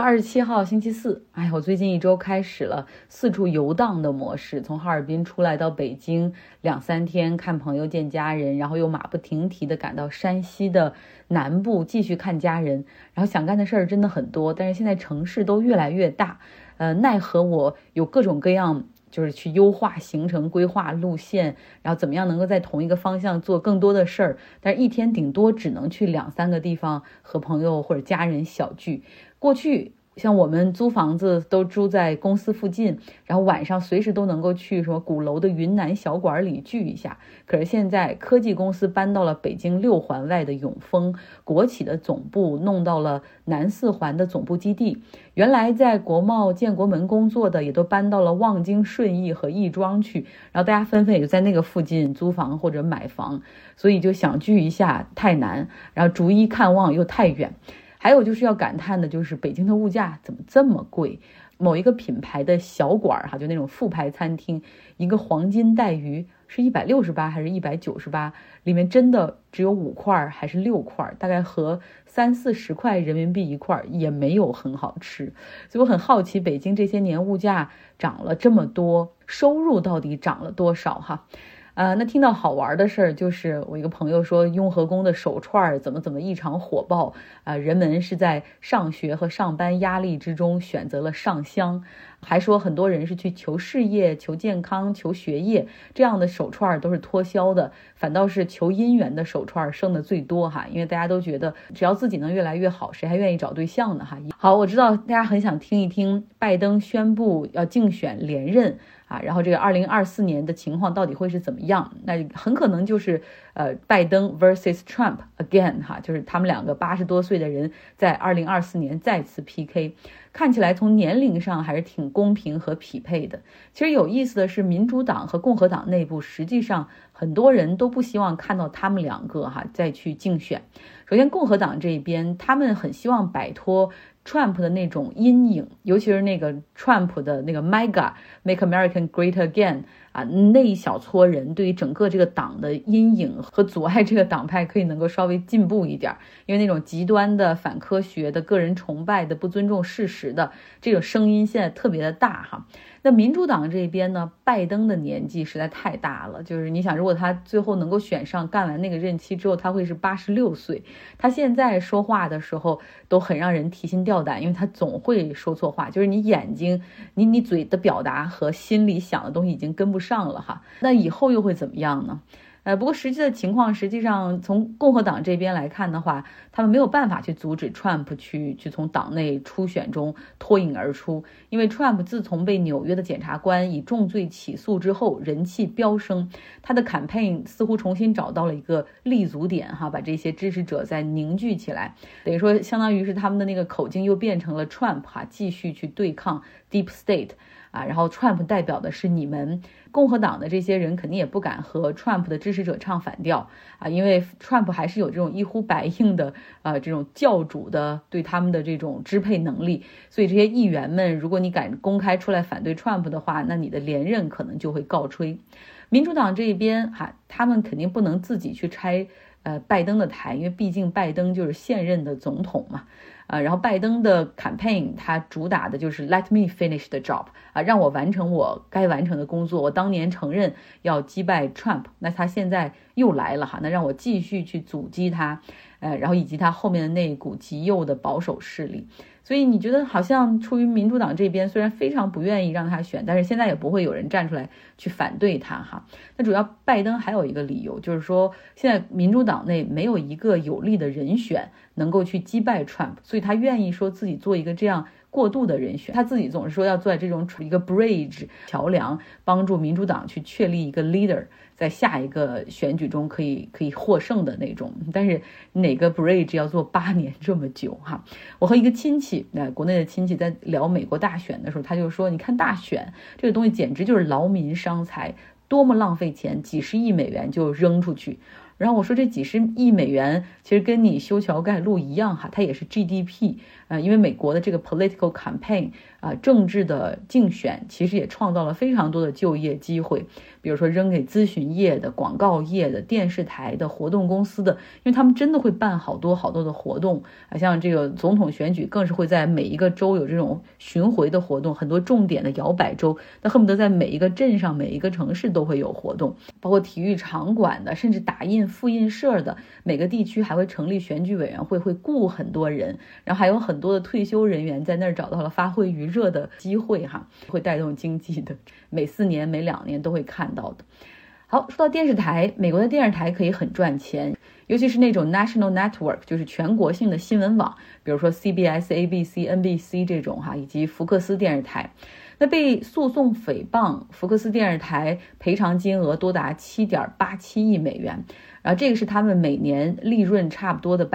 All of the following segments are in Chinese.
27号星期四，我最近一周开始了四处游荡的模式，从哈尔滨出来到北京2-3天看朋友见家人，然后又马不停蹄地赶到山西的南部继续看家人，然后想干的事儿真的很多，但是现在城市都越来越大，奈何我有各种各样就是去优化行程规划路线，然后怎么样能够在同一个方向做更多的事儿，但是一天顶多只能去2-3个地方和朋友或者家人小聚。过去像我们租房子都住在公司附近，然后晚上随时都能够去什么鼓楼的云南小馆里聚一下。可是现在科技公司搬到了北京6环外的永丰，国企的总部弄到了南4环的总部基地，原来在国贸建国门工作的也都搬到了望京顺义和亦庄去，然后大家纷纷也就在那个附近租房或者买房，所以就想聚一下太难，然后逐一看望又太远。还有就是要感叹的就是北京的物价怎么这么贵，某一个品牌的小馆就那种副牌餐厅，一个黄金带鱼是168还是198，里面真的只有5块还是6块，大概合30-40块人民币一块，也没有很好吃。所以我很好奇北京这些年物价涨了这么多，收入到底涨了多少哈？那听到好玩的事儿，就是我一个朋友说雍和宫的手串怎么异常火爆，人们是在上学和上班压力之中选择了上香，还说很多人是去求事业、求健康、求学业，这样的手串都是脱销的，反倒是求姻缘的手串剩的最多哈，因为大家都觉得只要自己能越来越好，谁还愿意找对象呢哈。好，我知道大家很想听一听拜登宣布要竞选连任然后这个2024年的情况到底会是怎么样？那很可能就是拜登 versus Trump again 哈，就是他们两个80多岁的人在2024年再次 PK， 看起来从年龄上还是挺公平和匹配的。其实有意思的是，民主党和共和党内部实际上很多人都不希望看到他们两个再去竞选。首先共和党这边他们很希望摆脱Trump 的那种阴影，尤其是那个 Trump 的那个 MAGA Make America Great Again 那一小撮人对于整个这个党的阴影和阻碍这个党派可以能够稍微进步一点，因为那种极端的反科学的个人崇拜的不尊重事实的这种声音现在特别的大哈。那民主党这边呢，拜登的年纪实在太大了，就是你想如果他最后能够选上，干完那个任期之后他会是86岁，他现在说话的时候都很让人提心吊胆，因为他总会说错话，就是你眼睛你嘴的表达和心里想的东西已经跟不上了哈。那以后又会怎么样呢？不过实际的情况，实际上从共和党这边来看的话，他们没有办法去阻止 Trump 去从党内初选中脱颖而出，因为 Trump 自从被纽约的检察官以重罪起诉之后，人气飙升，他的 campaign 似乎重新找到了一个立足点哈，把这些支持者再凝聚起来，等于说相当于是他们的那个口径又变成了 Trump 继续去对抗 Deep State。然后 Trump 代表的是你们共和党的这些人肯定也不敢和 Trump 的支持者唱反调因为 Trump 还是有这种一呼百应的这种教主的对他们的这种支配能力，所以这些议员们如果你敢公开出来反对 Trump 的话，那你的连任可能就会告吹。民主党这一边他们肯定不能自己去拆拜登的台，因为毕竟拜登就是现任的总统嘛然后拜登的 campaign 他主打的就是 let me finish the job 让我完成我该完成的工作，我当年承认要击败 Trump， 那他现在又来了那让我继续去阻击他然后以及他后面的那一股极右的保守势力。所以你觉得好像出于民主党这边虽然非常不愿意让他选，但是现在也不会有人站出来去反对他那主要拜登还有一个理由，就是说现在民主党内没有一个有力的人选能够去击败 Trump， 所以他愿意说自己做一个这样过渡的人选，他自己总是说要做这种一个 bridge 桥梁，帮助民主党去确立一个 leader， 在下一个选举中可以获胜的那种。但是哪个 bridge 要做8年这么久我和一个亲戚国内的亲戚在聊美国大选的时候，他就说你看大选这个东西简直就是劳民伤财，多么浪费钱，几十亿美元就扔出去。然后我说这几十亿美元其实跟你修桥盖路一样它也是 GDP 因为美国的这个 political campaign 政治的竞选其实也创造了非常多的就业机会，比如说扔给咨询业的、广告业的、电视台的、活动公司的，因为他们真的会办好多好多的活动像这个总统选举更是会在每一个州有这种巡回的活动，很多重点的摇摆州，那恨不得在每一个镇上、每一个城市都会有活动，包括体育场馆的，甚至打印复印社的，每个地区还会成立选举委员会，会雇很多人，然后还有很多的退休人员在那儿找到了发挥余热的机会会带动经济的，每4年每2年都会看到的。好，说到电视台，美国的电视台可以很赚钱，尤其是那种 national network， 就是全国性的新闻网，比如说 CBS、ABC、NBC 这种以及福克斯电视台。那被诉讼诽谤，福克斯电视台赔偿金额多达7.87亿美元，然后这个是他们每年利润差不多的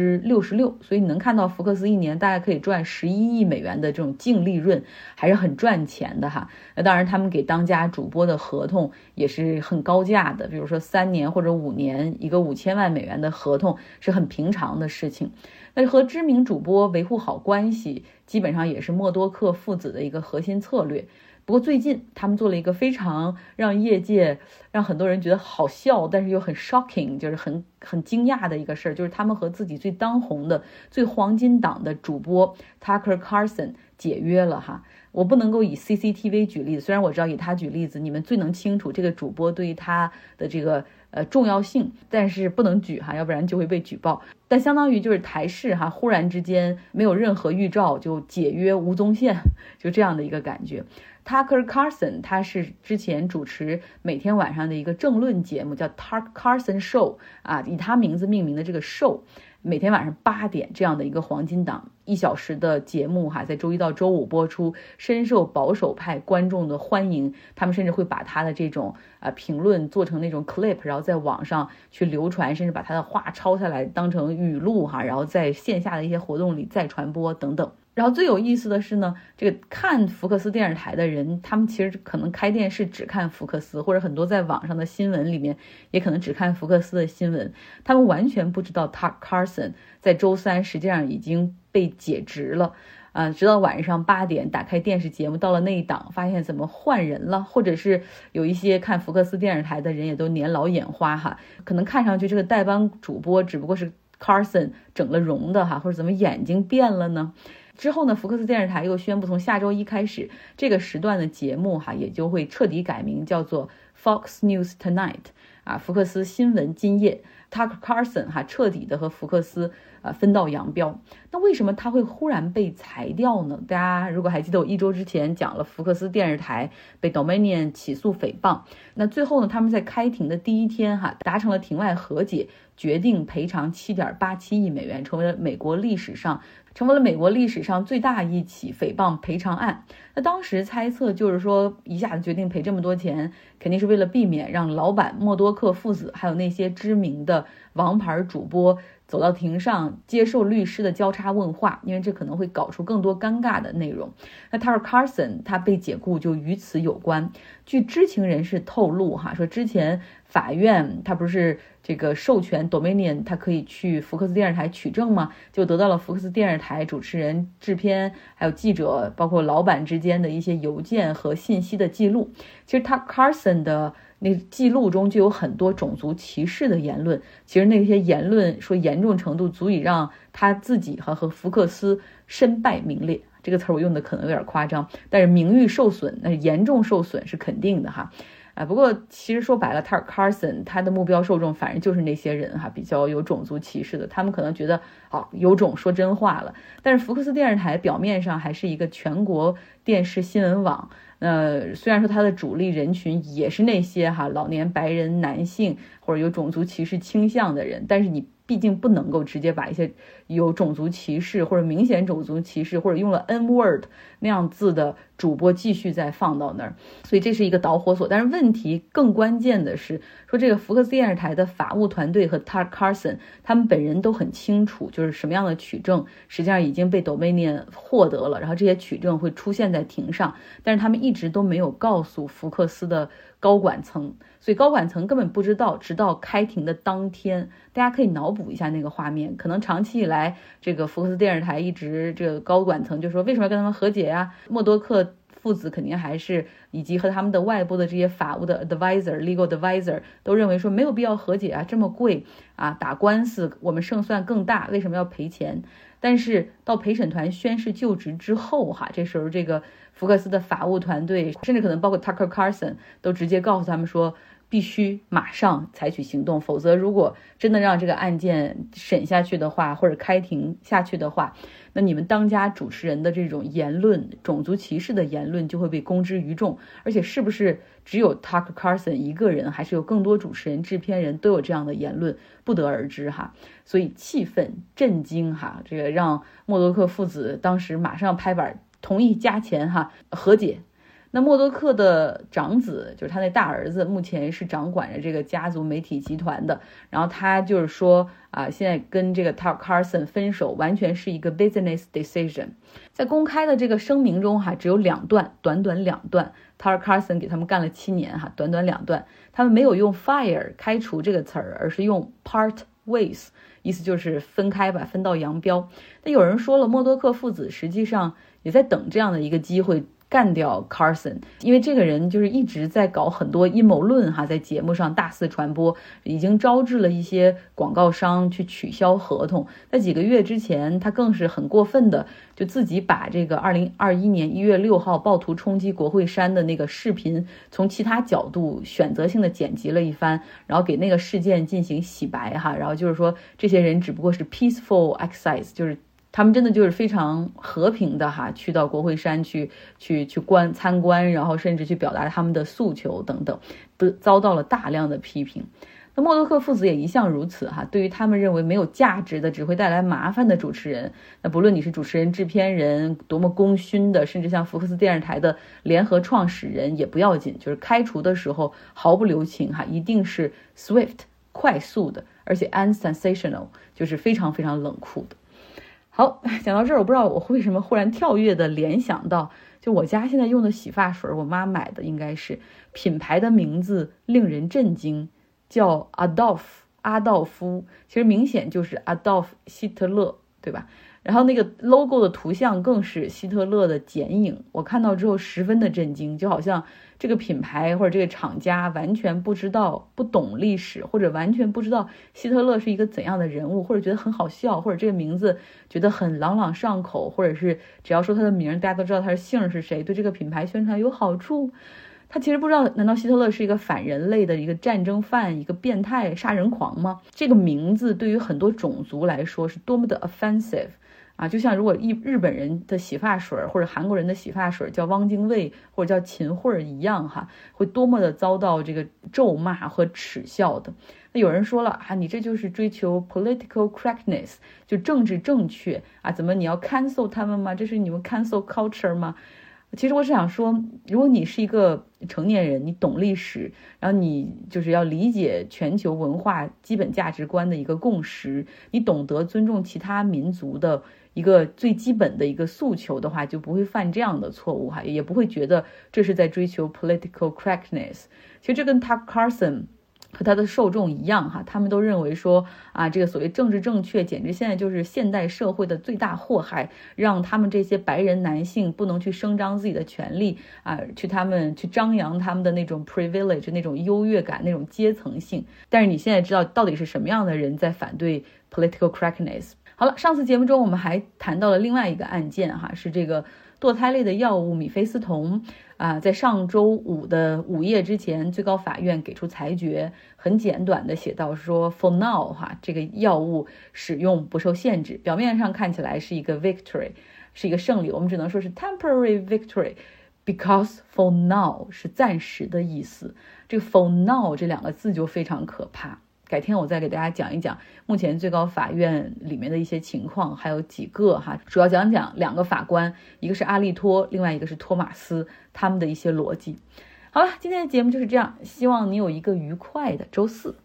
66%，所以你能看到福克斯一年大概可以赚11亿美元的这种净利润，还是很赚钱的那当然他们给当家主播的合同也是很高价的，比如说3年或者5年，一个5000万美元的合同是很平常的事情。那和知名主播维护好关系，基本上也是默多克父子的一个核心策略。不过最近他们做了一个非常让业界让很多人觉得好笑，但是又很 shocking， 就是很惊讶的一个事儿，就是他们和自己最当红的、最黄金档的主播 Tucker Carlson 解约了我不能够以 CCTV 举例子，虽然我知道以他举例子你们最能清楚这个主播对于他的这个重要性，但是不能举要不然就会被举报。但相当于就是台视忽然之间没有任何预兆就解约无踪线，就这样的一个感觉。Tucker Carlson 他是之前主持每天晚上的一个政论节目叫 Tucker Carlson Show 以他名字命名的这个 show， 每天晚上8点这样的一个黄金档1小时的节目在周一到周五播出，深受保守派观众的欢迎，他们甚至会把他的这种评论做成那种 clip， 然后在网上去流传，甚至把他的话抄下来当成语录然后在线下的一些活动里再传播等等。然后最有意思的是呢，这个看福克斯电视台的人，他们其实可能开电视只看福克斯，或者很多在网上的新闻里面也可能只看福克斯的新闻，他们完全不知道 Tucker Carlson 在周3实际上已经被解职了。直到晚上8点打开电视节目，到了那一档发现怎么换人了，或者是有一些看福克斯电视台的人也都年老眼花可能看上去这个代班主播只不过是 Carlson 整了容的或者怎么眼睛变了呢？之后呢，福克斯电视台又宣布从下周1开始，这个时段的节目也就会彻底改名，叫做 Fox News Tonight 福克斯新闻今夜。Tucker Carlson 彻底的和福克斯分道扬镳。那为什么他会忽然被裁掉呢？大家如果还记得我1周之前讲了福克斯电视台被 Dominion 起诉诽谤，那最后呢，他们在开庭的第一天达成了庭外和解，决定赔偿7.87亿美元，成为了美国历史上最大一起诽谤赔偿案。那当时猜测就是说，一下子决定赔这么多钱，肯定是为了避免让老板默多克父子还有那些知名的王牌主播走到庭上接受律师的交叉问话，因为这可能会搞出更多尴尬的内容。那 Tucker Carlson 他被解雇就与此有关。据知情人士透露说之前法院他不是这个授权 Dominion 他可以去福克斯电视台取证吗？就得到了福克斯电视台主持人、制片还有记者包括老板之间的一些邮件和信息的记录。其实 Tucker Carlson 的那记录中就有很多种族歧视的言论，其实那些言论说严重程度足以让他自己和福克斯身败名裂，这个词我用的可能有点夸张，但是名誉受损，那是严重受损是肯定的不过其实说白了 Tucker Carlson 他的目标受众反正就是那些人比较有种族歧视的，他们可能觉得有种说真话了。但是福克斯电视台表面上还是一个全国电视新闻网，虽然说它的主力人群也是那些老年白人男性或者有种族歧视倾向的人，但是你毕竟不能够直接把一些有种族歧视或者明显种族歧视或者用了 N word 那样字的主播继续再放到那儿，所以这是一个导火索。但是问题更关键的是说，这个福克斯电视台的法务团队和 Tucker Carlson 他们本人都很清楚，就是什么样的取证实际上已经被 Dominion 获得了，然后这些取证会出现在庭上，但是他们一直都没有告诉福克斯的高管层，所以高管层根本不知道，直到开庭的当天。大家可以脑补一下那个画面，可能长期以来来这个福克斯电视台一直这个高管层就说为什么要跟他们和解呀？默多克父子肯定还是以及和他们的外部的这些法务的 legal advisor 都认为说没有必要和解啊，这么贵啊，打官司我们胜算更大，为什么要赔钱？但是到陪审团宣誓就职之后这时候这个福克斯的法务团队，甚至可能包括 Tucker Carlson 都直接告诉他们说必须马上采取行动，否则如果真的让这个案件审下去的话，或者开庭下去的话，那你们当家主持人的这种言论，种族歧视的言论就会被公之于众。而且是不是只有 Tucker Carlson 一个人，还是有更多主持人、制片人都有这样的言论，不得而知所以气愤震惊这个让默多克父子当时马上拍板同意加钱和解。那默多克的长子就是他那大儿子，目前是掌管着这个家族媒体集团的。然后他就是说现在跟这个 Tucker Carlson 分手完全是一个 business decision。在公开的这个声明中只有2段，短短2段。Tucker Carlson 给他们干了7年短短2段。他们没有用 fire 开除这个词儿，而是用 part ways， 意思就是分开吧，分道扬镳。那有人说了，默多克父子实际上也在等这样的一个机会干掉 Carlson， 因为这个人就是一直在搞很多阴谋论在节目上大肆传播，已经招致了一些广告商去取消合同。在几个月之前，他更是很过分的，就自己把这个2021年1月6号暴徒冲击国会山的那个视频，从其他角度选择性的剪辑了一番，然后给那个事件进行洗白然后就是说这些人只不过是 peaceful exercise， 就是他们真的就是非常和平的去到国会山去参观，然后甚至去表达他们的诉求等等，遭到了大量的批评。那默多克父子也一向如此对于他们认为没有价值的、只会带来麻烦的主持人，那不论你是主持人、制片人，多么功勋的，甚至像福克斯电视台的联合创始人也不要紧，就是开除的时候毫不留情一定是 swift 快速的，而且 unsensational 就是非常非常冷酷的。好，讲到这儿，我不知道我为什么忽然跳跃的联想到，就我家现在用的洗发水，我妈买的，应该是品牌的名字令人震惊，叫阿道夫，其实明显就是 Adolf 希特勒，对吧？然后那个 logo 的图像更是希特勒的剪影，我看到之后十分的震惊，就好像这个品牌或者这个厂家完全不知道、不懂历史，或者完全不知道希特勒是一个怎样的人物，或者觉得很好笑，或者这个名字觉得很朗朗上口，或者是只要说他的名大家都知道他的姓是谁，对这个品牌宣传有好处。他其实不知道，难道希特勒是一个反人类的一个战争犯，一个变态杀人狂吗？这个名字对于很多种族来说是多么的 offensive就像如果日本人的洗发水或者韩国人的洗发水叫汪精卫或者叫秦桧一样会多么的遭到这个咒骂和耻笑的。那有人说了你这就是追求 political correctness， 就政治正确怎么你要 cancel 他们吗？这是你们 cancel culture 吗？其实我是想说，如果你是一个成年人，你懂历史，然后你就是要理解全球文化基本价值观的一个共识，你懂得尊重其他民族的一个最基本的一个诉求的话，就不会犯这样的错误也不会觉得这是在追求 political correctness。 其实这跟 Tucker Carlson和他的受众一样他们都认为说这个所谓政治正确简直现在就是现代社会的最大祸害，让他们这些白人男性不能去伸张自己的权利去张扬他们的那种 privilege， 那种优越感，那种阶层性。但是你现在知道到底是什么样的人在反对 political correctness。 好了，上次节目中我们还谈到了另外一个案件是这个堕胎类的药物米非司酮在上周五的午夜之前，最高法院给出裁决，很简短的写到说 for now 这个药物使用不受限制。表面上看起来是一个 victory， 是一个胜利，我们只能说是 temporary victory， because for now 是暂时的意思。这个 for now 这2个字就非常可怕，改天我再给大家讲一讲目前最高法院里面的一些情况，还有几个主要讲讲2个法官，一个是阿利托，另外一个是托马斯，他们的一些逻辑。好了，今天的节目就是这样，希望你有一个愉快的周四。